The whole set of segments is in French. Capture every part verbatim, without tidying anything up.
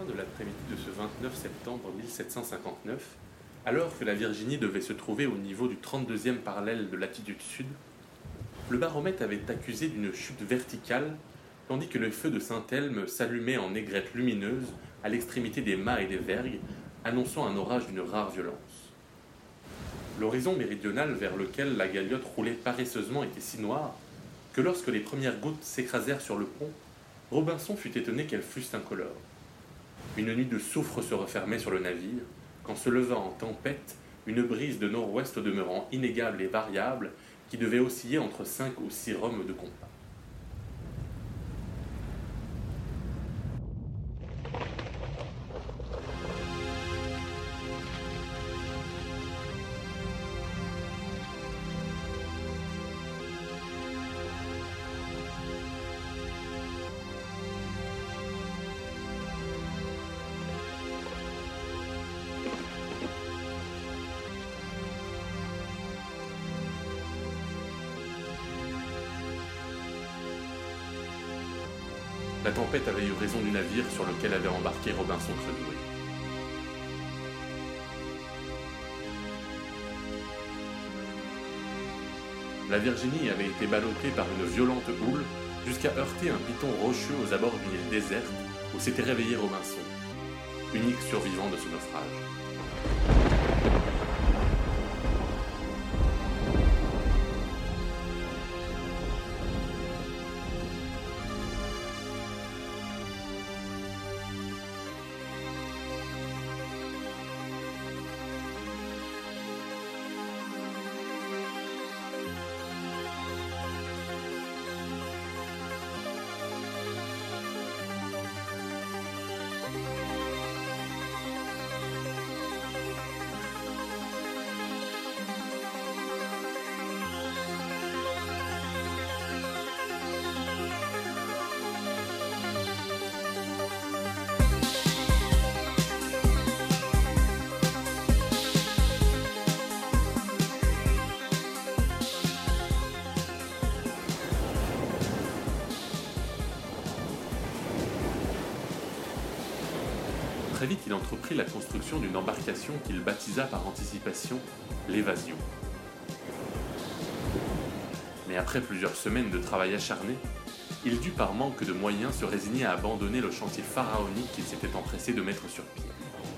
de l'après-midi de ce vingt-neuf septembre mille sept cent cinquante-neuf, alors que la Virginie devait se trouver au niveau du trente-deuxième parallèle de latitude sud, le baromètre avait accusé d'une chute verticale, tandis que le feu de Saint-Elme s'allumait en aigrettes lumineuses à l'extrémité des mâts et des vergues, annonçant un orage d'une rare violence. L'horizon méridional vers lequel la galiote roulait paresseusement était si noir que lorsque les premières gouttes s'écrasèrent sur le pont, Robinson fut étonné qu'elles fussent incolores. Une nuit de soufre se refermait sur le navire, quand se leva en tempête une brise de nord-ouest au demeurant inégale et variable qui devait osciller entre cinq ou six rhums de compas. La tempête avait eu raison du navire sur lequel avait embarqué Robinson Crusoe. La Virginie avait été ballottée par une violente houle jusqu'à heurter un piton rocheux aux abords d'une île déserte où s'était réveillé Robinson, unique survivant de ce naufrage. Très vite, il entreprit la construction d'une embarcation qu'il baptisa par anticipation l'Évasion. Mais après plusieurs semaines de travail acharné, il dut par manque de moyens se résigner à abandonner le chantier pharaonique qu'il s'était empressé de mettre sur pied.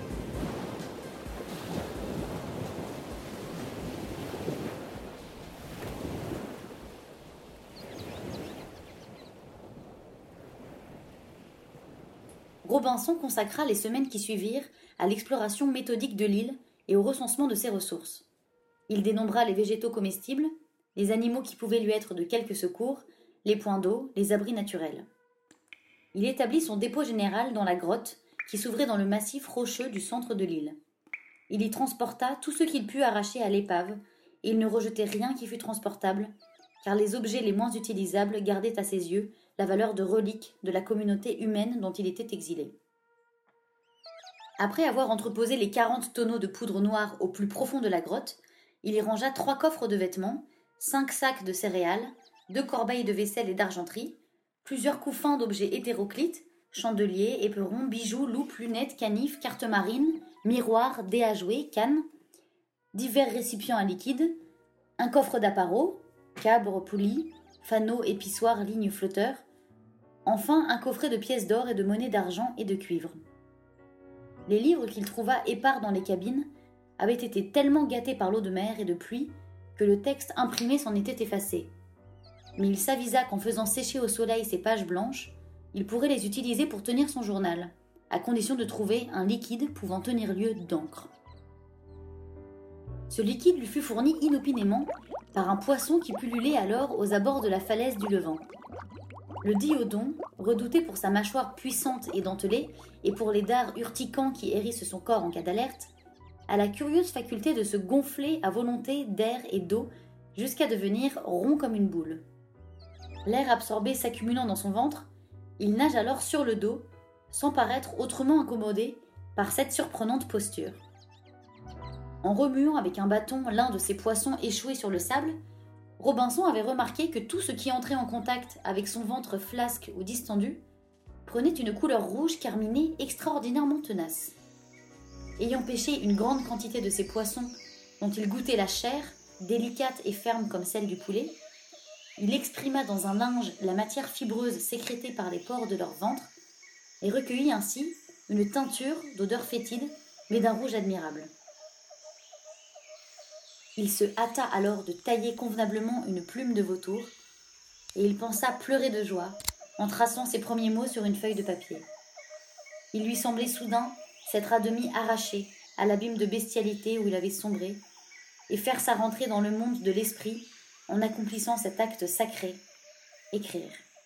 Robinson consacra les semaines qui suivirent à l'exploration méthodique de l'île et au recensement de ses ressources. Il dénombra les végétaux comestibles, les animaux qui pouvaient lui être de quelque secours, les points d'eau, les abris naturels. Il établit son dépôt général dans la grotte qui s'ouvrait dans le massif rocheux du centre de l'île. Il y transporta tout ce qu'il put arracher à l'épave, et il ne rejetait rien qui fût transportable, car les objets les moins utilisables gardaient à ses yeux la valeur de relique de la communauté humaine dont il était exilé. Après avoir entreposé les quarante tonneaux de poudre noire au plus profond de la grotte, il y rangea trois coffres de vêtements, cinq sacs de céréales, deux corbeilles de vaisselle et d'argenterie, plusieurs couffins d'objets hétéroclites, chandeliers, éperons, bijoux, loupes, lunettes, canifs, cartes marines, miroirs, dés à jouer, cannes, divers récipients à liquide, un coffre d'appareaux, cabres, poulies, fanaux, épissoirs, lignes, flotteurs, enfin un coffret de pièces d'or et de monnaies d'argent et de cuivre. Les livres qu'il trouva épars dans les cabines avaient été tellement gâtés par l'eau de mer et de pluie que le texte imprimé s'en était effacé. Mais il s'avisa qu'en faisant sécher au soleil ces pages blanches, il pourrait les utiliser pour tenir son journal, à condition de trouver un liquide pouvant tenir lieu d'encre. Ce liquide lui fut fourni inopinément par un poisson qui pullulait alors aux abords de la falaise du Levant. Le diodon, redouté pour sa mâchoire puissante et dentelée et pour les dards urticants qui hérissent son corps en cas d'alerte, a la curieuse faculté de se gonfler à volonté d'air et d'eau jusqu'à devenir rond comme une boule. L'air absorbé s'accumulant dans son ventre, il nage alors sur le dos, sans paraître autrement incommodé par cette surprenante posture. En remuant avec un bâton l'un de ces poissons échoués sur le sable, Robinson avait remarqué que tout ce qui entrait en contact avec son ventre flasque ou distendu prenait une couleur rouge carminée extraordinairement tenace. Ayant pêché une grande quantité de ces poissons dont il goûtait la chair, délicate et ferme comme celle du poulet, il exprima dans un linge la matière fibreuse sécrétée par les pores de leur ventre et recueillit ainsi une teinture d'odeur fétide mais d'un rouge admirable. Il se hâta alors de tailler convenablement une plume de vautour et il pensa pleurer de joie en traçant ses premiers mots sur une feuille de papier. Il lui semblait soudain s'être à demi arraché à l'abîme de bestialité où il avait sombré et faire sa rentrée dans le monde de l'esprit en accomplissant cet acte sacré, écrire.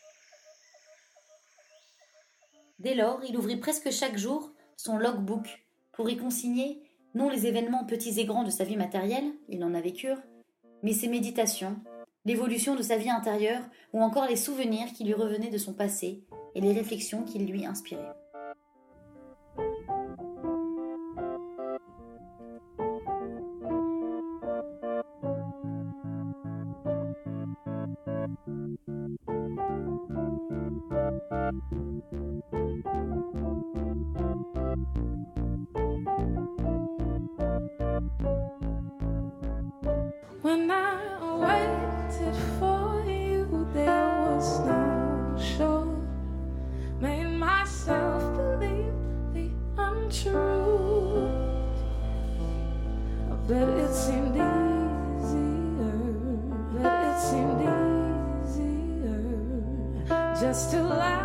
Dès lors, il ouvrit presque chaque jour son logbook pour y consigner non les événements petits et grands de sa vie matérielle, il en avait cure, mais ses méditations, l'évolution de sa vie intérieure ou encore les souvenirs qui lui revenaient de son passé et les réflexions qu'il lui inspirait. When I waited for you, there was no shore. Made myself believe the untrue, but it seemed easier, but it seemed easier just to lie.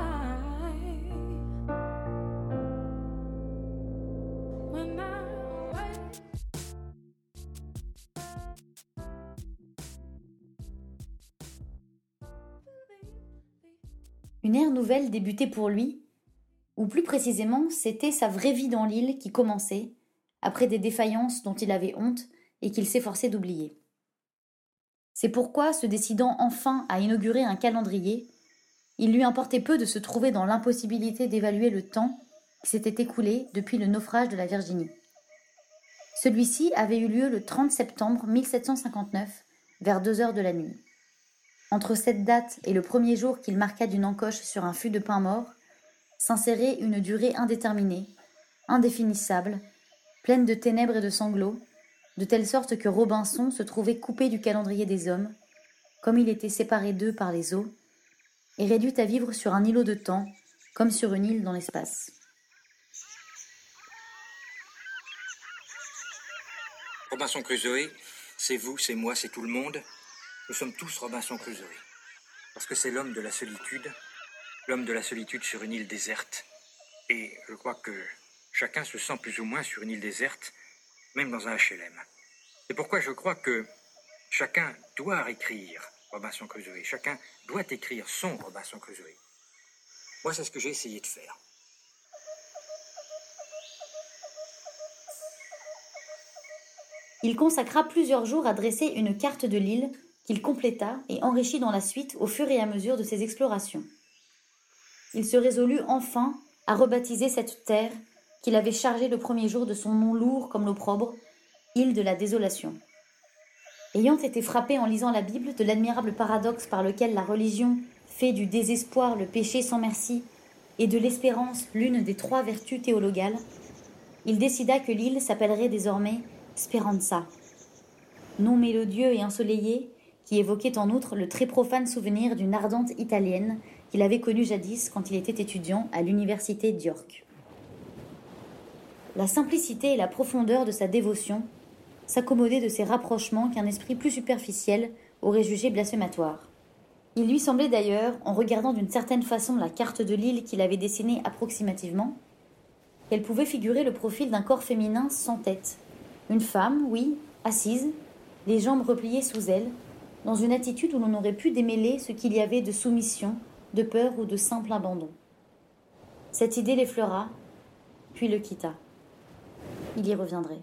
When I wait. Une ère nouvelle débutait pour lui, ou plus précisément, c'était sa vraie vie dans l'île qui commençait, après des défaillances dont il avait honte et qu'il s'efforçait d'oublier. C'est pourquoi, se décidant enfin à inaugurer un calendrier, il lui importait peu de se trouver dans l'impossibilité d'évaluer le temps qui s'était écoulé depuis le naufrage de la Virginie. Celui-ci avait eu lieu le trente septembre mille sept cent cinquante-neuf, vers deux heures de la nuit. Entre cette date et le premier jour qu'il marqua d'une encoche sur un fût de pain mort, s'insérait une durée indéterminée, indéfinissable, pleine de ténèbres et de sanglots, de telle sorte que Robinson se trouvait coupé du calendrier des hommes, comme il était séparé d'eux par les eaux, et réduit à vivre sur un îlot de temps, comme sur une île dans l'espace. Robinson Crusoe, c'est vous, c'est moi, c'est tout le monde. Nous sommes tous Robinson Crusoe. Parce que c'est l'homme de la solitude, l'homme de la solitude sur une île déserte. Et je crois que chacun se sent plus ou moins sur une île déserte, même dans un H L M. C'est pourquoi je crois que chacun doit écrire Robinson Crusoe. Chacun doit écrire son Robinson Crusoe. Moi, c'est ce que j'ai essayé de faire. Il consacra plusieurs jours à dresser une carte de l'île qu'il compléta et enrichit dans la suite au fur et à mesure de ses explorations. Il se résolut enfin à rebaptiser cette terre qu'il avait chargée le premier jour de son nom lourd comme l'opprobre, île de la désolation. Ayant été frappé en lisant la Bible de l'admirable paradoxe par lequel la religion fait du désespoir le péché sans merci et de l'espérance l'une des trois vertus théologales, il décida que l'île s'appellerait désormais Speranza, nom mélodieux et ensoleillé qui évoquait en outre le très profane souvenir d'une ardente italienne qu'il avait connue jadis quand il était étudiant à l'université d'York. La simplicité et la profondeur de sa dévotion s'accommodaient de ces rapprochements qu'un esprit plus superficiel aurait jugé blasphématoires. Il lui semblait d'ailleurs, en regardant d'une certaine façon la carte de l'île qu'il avait dessinée approximativement, qu'elle pouvait figurer le profil d'un corps féminin sans tête, une femme, oui, assise, les jambes repliées sous elle, dans une attitude où l'on aurait pu démêler ce qu'il y avait de soumission, de peur ou de simple abandon. Cette idée l'effleura, puis le quitta. Il y reviendrait.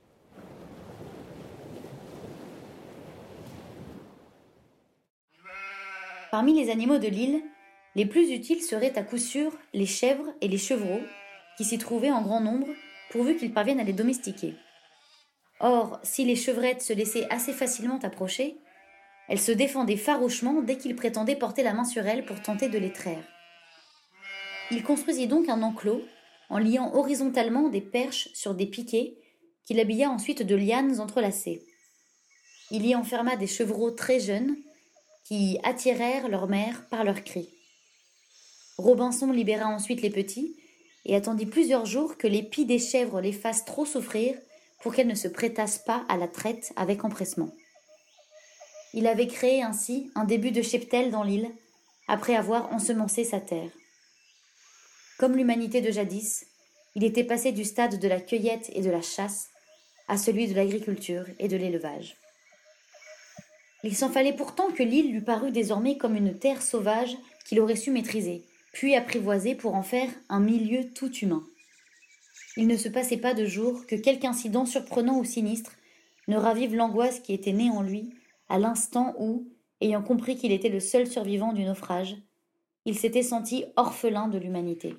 Parmi les animaux de l'île, les plus utiles seraient à coup sûr les chèvres et les chevreaux, qui s'y trouvaient en grand nombre, pourvu qu'ils parviennent à les domestiquer. Or, si les chevrettes se laissaient assez facilement approcher, elles se défendaient farouchement dès qu'ils prétendaient porter la main sur elles pour tenter de les traire. Il construisit donc un enclos en liant horizontalement des perches sur des piquets qu'il habilla ensuite de lianes entrelacées. Il y enferma des chevreaux très jeunes qui attirèrent leur mère par leurs cris. Robinson libéra ensuite les petits et attendit plusieurs jours que les pies des chèvres les fassent trop souffrir pour qu'elles ne se prêtassent pas à la traite avec empressement. Il avait créé ainsi un début de cheptel dans l'île, après avoir ensemencé sa terre. Comme l'humanité de jadis, il était passé du stade de la cueillette et de la chasse à celui de l'agriculture et de l'élevage. Il s'en fallait pourtant que l'île lui parût désormais comme une terre sauvage qu'il aurait su maîtriser, puis apprivoiser pour en faire un milieu tout humain. Il ne se passait pas de jour que quelque incident surprenant ou sinistre ne ravive l'angoisse qui était née en lui à l'instant où, ayant compris qu'il était le seul survivant du naufrage, il s'était senti orphelin de l'humanité.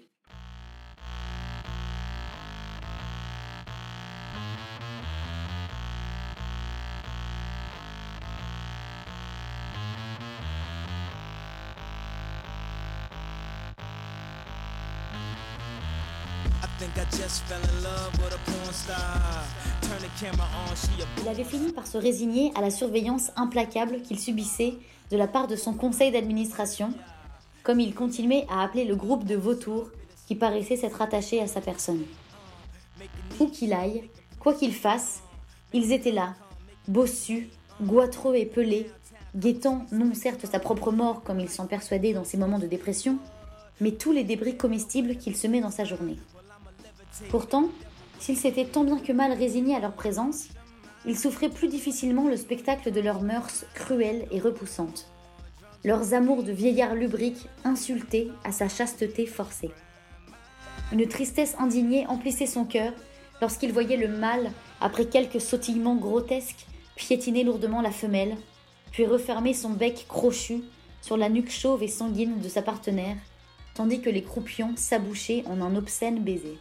Il avait fini par se résigner à la surveillance implacable qu'il subissait de la part de son conseil d'administration, comme il continuait à appeler le groupe de vautours qui paraissait s'être attaché à sa personne. Où qu'il aille, quoi qu'il fasse, ils étaient là, bossus, goitreux et pelés, guettant non certes sa propre mort comme il s'en persuadait dans ses moments de dépression, mais tous les débris comestibles qu'il semait dans sa journée. Pourtant, s'il s'était tant bien que mal résigné à leur présence, il souffrait plus difficilement le spectacle de leurs mœurs cruelles et repoussantes, leurs amours de vieillards lubriques insultés à sa chasteté forcée. Une tristesse indignée emplissait son cœur lorsqu'il voyait le mâle, après quelques sautillements grotesques, piétiner lourdement la femelle, puis refermer son bec crochu sur la nuque chauve et sanguine de sa partenaire, tandis que les croupions s'abouchaient en un obscène baiser.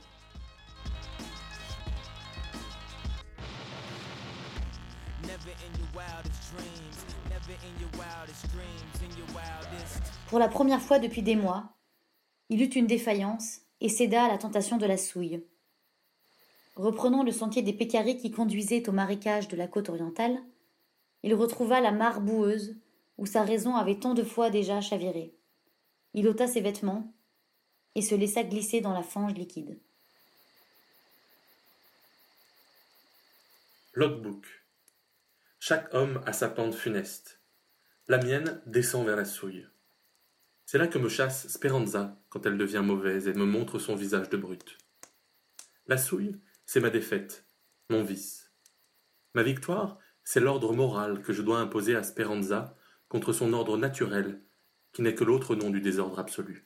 Pour la première fois depuis des mois, il eut une défaillance et céda à la tentation de la souille. Reprenant le sentier des Pécaris qui conduisait au marécage de la côte orientale, il retrouva la mare boueuse où sa raison avait tant de fois déjà chaviré. Il ôta ses vêtements et se laissa glisser dans la fange liquide. Logbook. Chaque homme a sa pente funeste. La mienne descend vers la souille. C'est là que me chasse Speranza quand elle devient mauvaise et me montre son visage de brute. La souille, c'est ma défaite, mon vice. Ma victoire, c'est l'ordre moral que je dois imposer à Speranza contre son ordre naturel, qui n'est que l'autre nom du désordre absolu.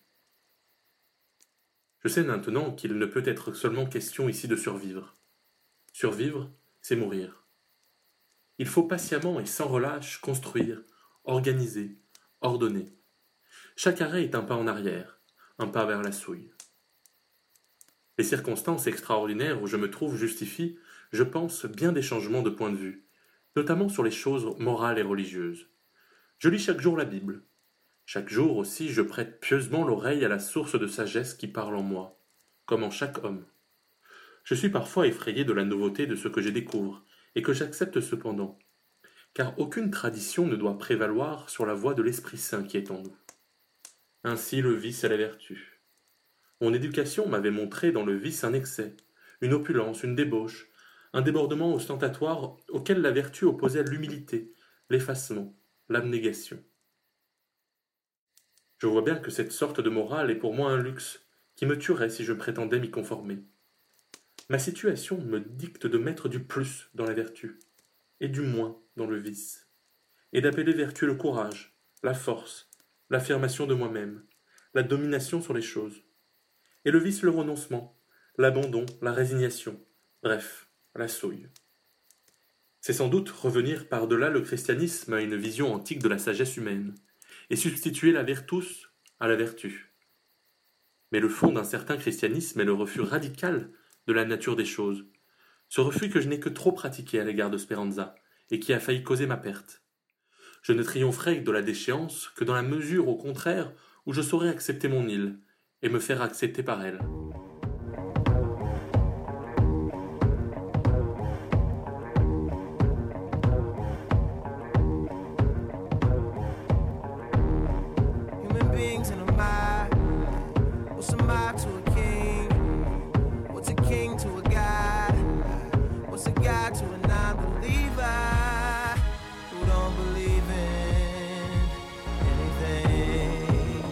Je sais maintenant qu'il ne peut être seulement question ici de survivre. Survivre, c'est mourir. Il faut patiemment et sans relâche construire, organiser, ordonner. Chaque arrêt est un pas en arrière, un pas vers la souille. Les circonstances extraordinaires où je me trouve justifient, je pense, bien des changements de point de vue, notamment sur les choses morales et religieuses. Je lis chaque jour la Bible. Chaque jour aussi, je prête pieusement l'oreille à la source de sagesse qui parle en moi, comme en chaque homme. Je suis parfois effrayé de la nouveauté de ce que je découvre, et que j'accepte cependant, car aucune tradition ne doit prévaloir sur la voix de l'Esprit Saint qui est en nous. Ainsi le vice et la vertu. Mon éducation m'avait montré dans le vice un excès, une opulence, une débauche, un débordement ostentatoire auquel la vertu opposait l'humilité, l'effacement, l'abnégation. Je vois bien que cette sorte de morale est pour moi un luxe, qui me tuerait si je prétendais m'y conformer. Ma situation me dicte de mettre du plus dans la vertu, et du moins dans le vice, et d'appeler vertu le courage, la force, l'affirmation de moi-même, la domination sur les choses, et le vice le renoncement, l'abandon, la résignation, bref, la souille. C'est sans doute revenir par-delà le christianisme à une vision antique de la sagesse humaine, et substituer la virtus à la vertu. Mais le fond d'un certain christianisme est le refus radical de la nature des choses, ce refus que je n'ai que trop pratiqué à l'égard de Speranza, et qui a failli causer ma perte. Je ne triompherai de la déchéance que dans la mesure, au contraire, où je saurai accepter mon île, et me faire accepter par elle. Human beings in a mind. What's a mind to a king? What's a king to a god? What's a god to a non-believer who don't believe in anything?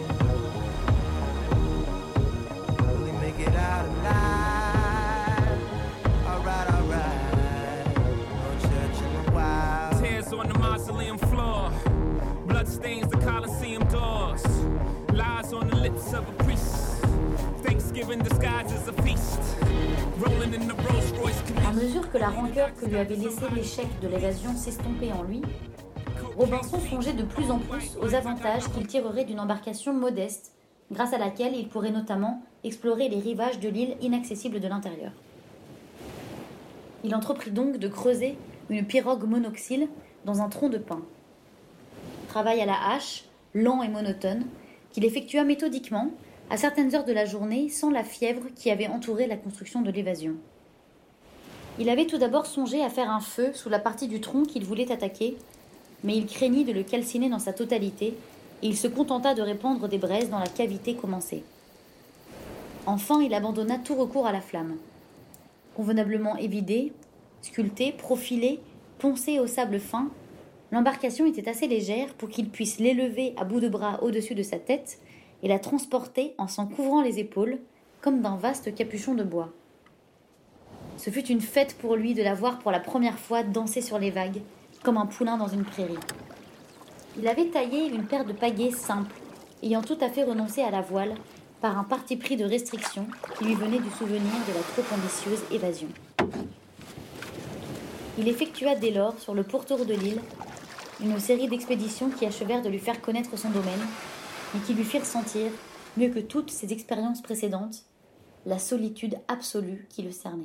Will he make it out alive? Alright, alright. No church in the wild. Tears on the mausoleum floor, blood stains the Colosseum doors, lies on the lips of a priest, Thanksgiving disguised as a feast, rolling in the Rolls Royce À Canal. mesure que la rancœur que lui avait laissé l'échec de l'évasion s'estompait en lui, Robinson songeait de plus en plus aux avantages qu'il tirerait d'une embarcation modeste, grâce à laquelle il pourrait notamment explorer les rivages de l'île inaccessibles de l'intérieur. Il entreprit donc de creuser une pirogue monoxyle dans un tronc de pin. Travail à la hache, lent et monotone, qu'il effectua méthodiquement, à certaines heures de la journée, sans la fièvre qui avait entouré la construction de l'évasion. Il avait tout d'abord songé à faire un feu sous la partie du tronc qu'il voulait attaquer, mais il craignit de le calciner dans sa totalité, et il se contenta de répandre des braises dans la cavité commencée. Enfin, il abandonna tout recours à la flamme. Convenablement évidée, sculptée, profilée, poncée au sable fin, l'embarcation était assez légère pour qu'il puisse l'élever à bout de bras au-dessus de sa tête et la transporter en s'en couvrant les épaules, comme d'un vaste capuchon de bois. Ce fut une fête pour lui de la voir pour la première fois danser sur les vagues, comme un poulain dans une prairie. Il avait taillé une paire de pagaies simples, ayant tout à fait renoncé à la voile par un parti pris de restriction qui lui venait du souvenir de la trop ambitieuse évasion. Il effectua dès lors, sur le pourtour de l'île, une série d'expéditions qui achevèrent de lui faire connaître son domaine, mais qui lui firent sentir, mieux que toutes ses expériences précédentes, la solitude absolue qui le cernait.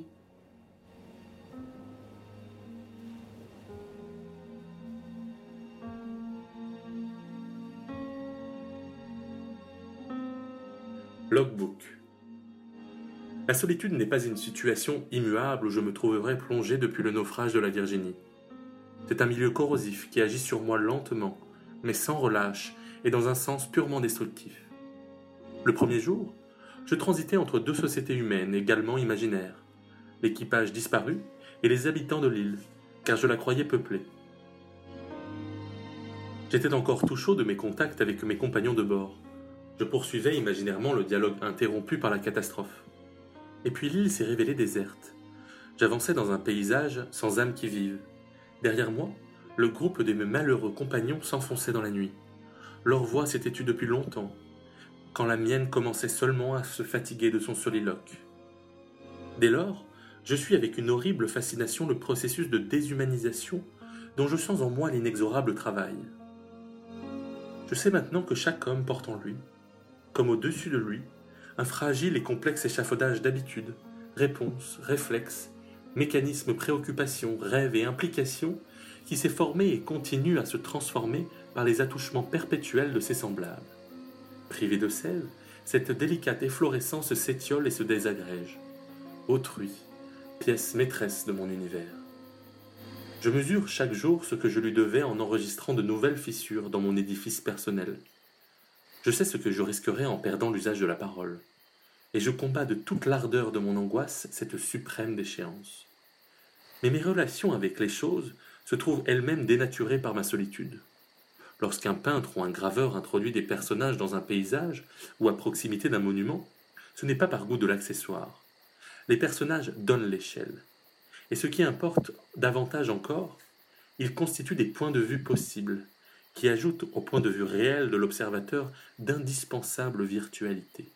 Logbook. La solitude n'est pas une situation immuable où je me trouverais plongé depuis le naufrage de la Virginie. C'est un milieu corrosif qui agit sur moi lentement, mais sans relâche et dans un sens purement destructif. Le premier jour, je transitais entre deux sociétés humaines également imaginaires, l'équipage disparu et les habitants de l'île, car je la croyais peuplée. J'étais encore tout chaud de mes contacts avec mes compagnons de bord. Je poursuivais imaginairement le dialogue interrompu par la catastrophe. Et puis l'île s'est révélée déserte. J'avançais dans un paysage sans âme qui vive. Derrière moi, le groupe de mes malheureux compagnons s'enfonçait dans la nuit. Leur voix s'était tue depuis longtemps, quand la mienne commençait seulement à se fatiguer de son soliloque. Dès lors, je suis avec une horrible fascination le processus de déshumanisation dont je sens en moi l'inexorable travail. Je sais maintenant que chaque homme porte en lui, comme au-dessus de lui, un fragile et complexe échafaudage d'habitudes, réponses, réflexes, mécanismes, préoccupations, rêves et implications qui s'est formé et continue à se transformer par les attouchements perpétuels de ses semblables. Privé de sève, cette délicate efflorescence s'étiole et se désagrège. Autrui, pièce maîtresse de mon univers. Je mesure chaque jour ce que je lui devais en enregistrant de nouvelles fissures dans mon édifice personnel. Je sais ce que je risquerais en perdant l'usage de la parole, et je combats de toute l'ardeur de mon angoisse cette suprême déchéance. Mais mes relations avec les choses se trouvent elles-mêmes dénaturées par ma solitude. Lorsqu'un peintre ou un graveur introduit des personnages dans un paysage ou à proximité d'un monument, ce n'est pas par goût de l'accessoire. Les personnages donnent l'échelle. Et ce qui importe davantage encore, ils constituent des points de vue possibles, qui ajoutent au point de vue réel de l'observateur d'indispensables virtualités.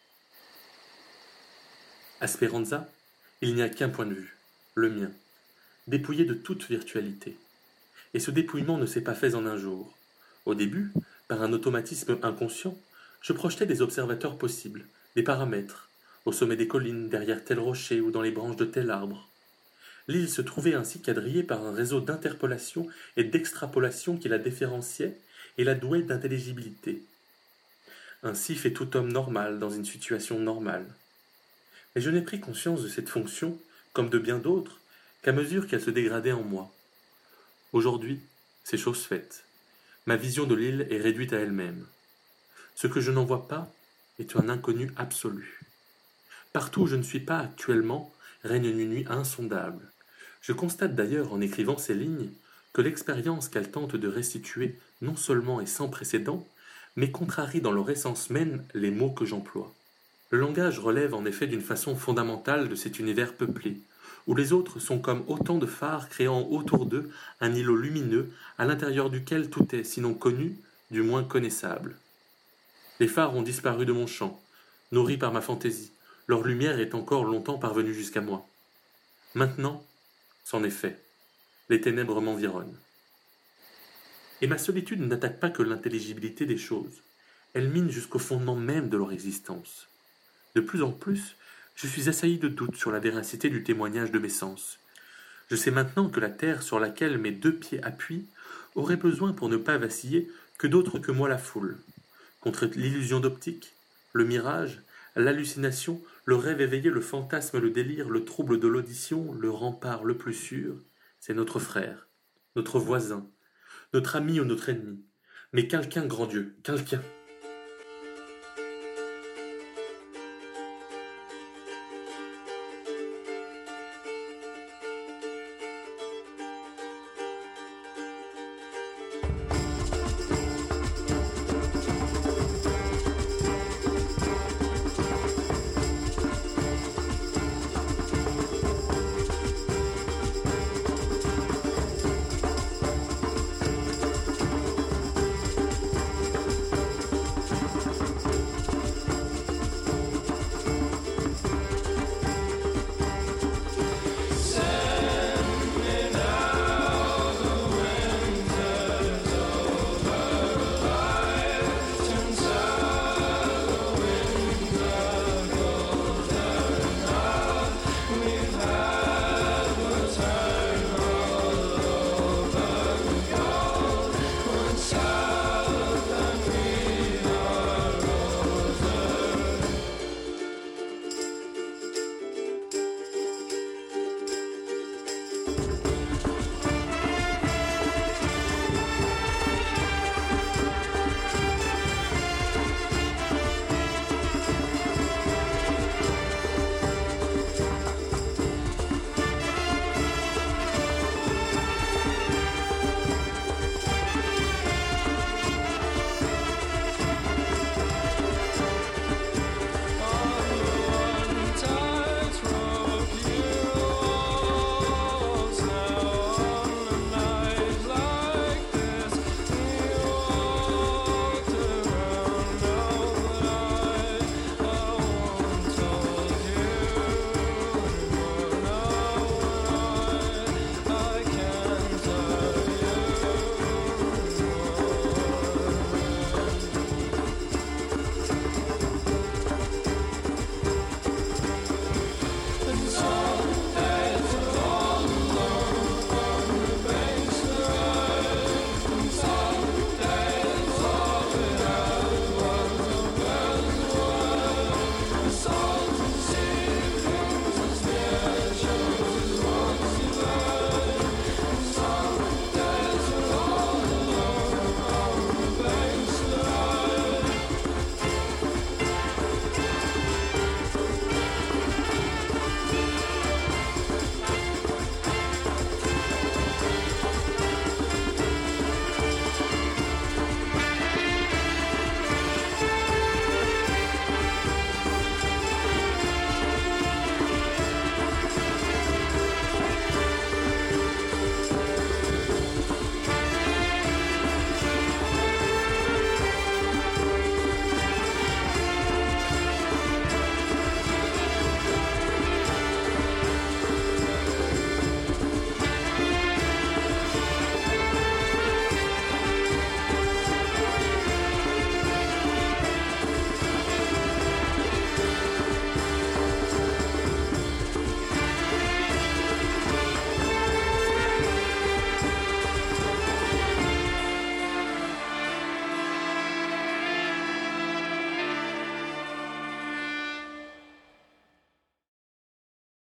À Speranza, il n'y a qu'un point de vue, le mien, dépouillé de toute virtualité. Et ce dépouillement ne s'est pas fait en un jour. Au début, par un automatisme inconscient, je projetais des observateurs possibles, des paramètres, au sommet des collines, derrière tel rocher ou dans les branches de tel arbre. L'île se trouvait ainsi quadrillée par un réseau d'interpolation et d'extrapolation qui la différenciait et la douait d'intelligibilité. Ainsi fait tout homme normal dans une situation normale. Mais je n'ai pris conscience de cette fonction, comme de bien d'autres, qu'à mesure qu'elle se dégradait en moi. Aujourd'hui, c'est chose faite. Ma vision de l'île est réduite à elle-même. Ce que je n'en vois pas est un inconnu absolu. Partout où je ne suis pas actuellement, règne une nuit insondable. Je constate d'ailleurs, en écrivant ces lignes, que l'expérience qu'elle tente de restituer non seulement est sans précédent, mais contrarie dans leur essence même les mots que j'emploie. Le langage relève en effet d'une façon fondamentale de cet univers peuplé, où les autres sont comme autant de phares créant autour d'eux un îlot lumineux à l'intérieur duquel tout est, sinon connu, du moins connaissable. Les phares ont disparu de mon champ, nourris par ma fantaisie, leur lumière est encore longtemps parvenue jusqu'à moi. Maintenant, c'en est fait, les ténèbres m'environnent. Et ma solitude n'attaque pas que l'intelligibilité des choses, elle mine jusqu'au fondement même de leur existence. De plus en plus, je suis assailli de doutes sur la véracité du témoignage de mes sens. Je sais maintenant que la terre sur laquelle mes deux pieds appuient aurait besoin pour ne pas vaciller que d'autres que moi la foule. Contre l'illusion d'optique, le mirage, l'hallucination, le rêve éveillé, le fantasme, le délire, le trouble de l'audition, le rempart le plus sûr, c'est notre frère, notre voisin, notre ami ou notre ennemi, mais quelqu'un, grand Dieu, quelqu'un.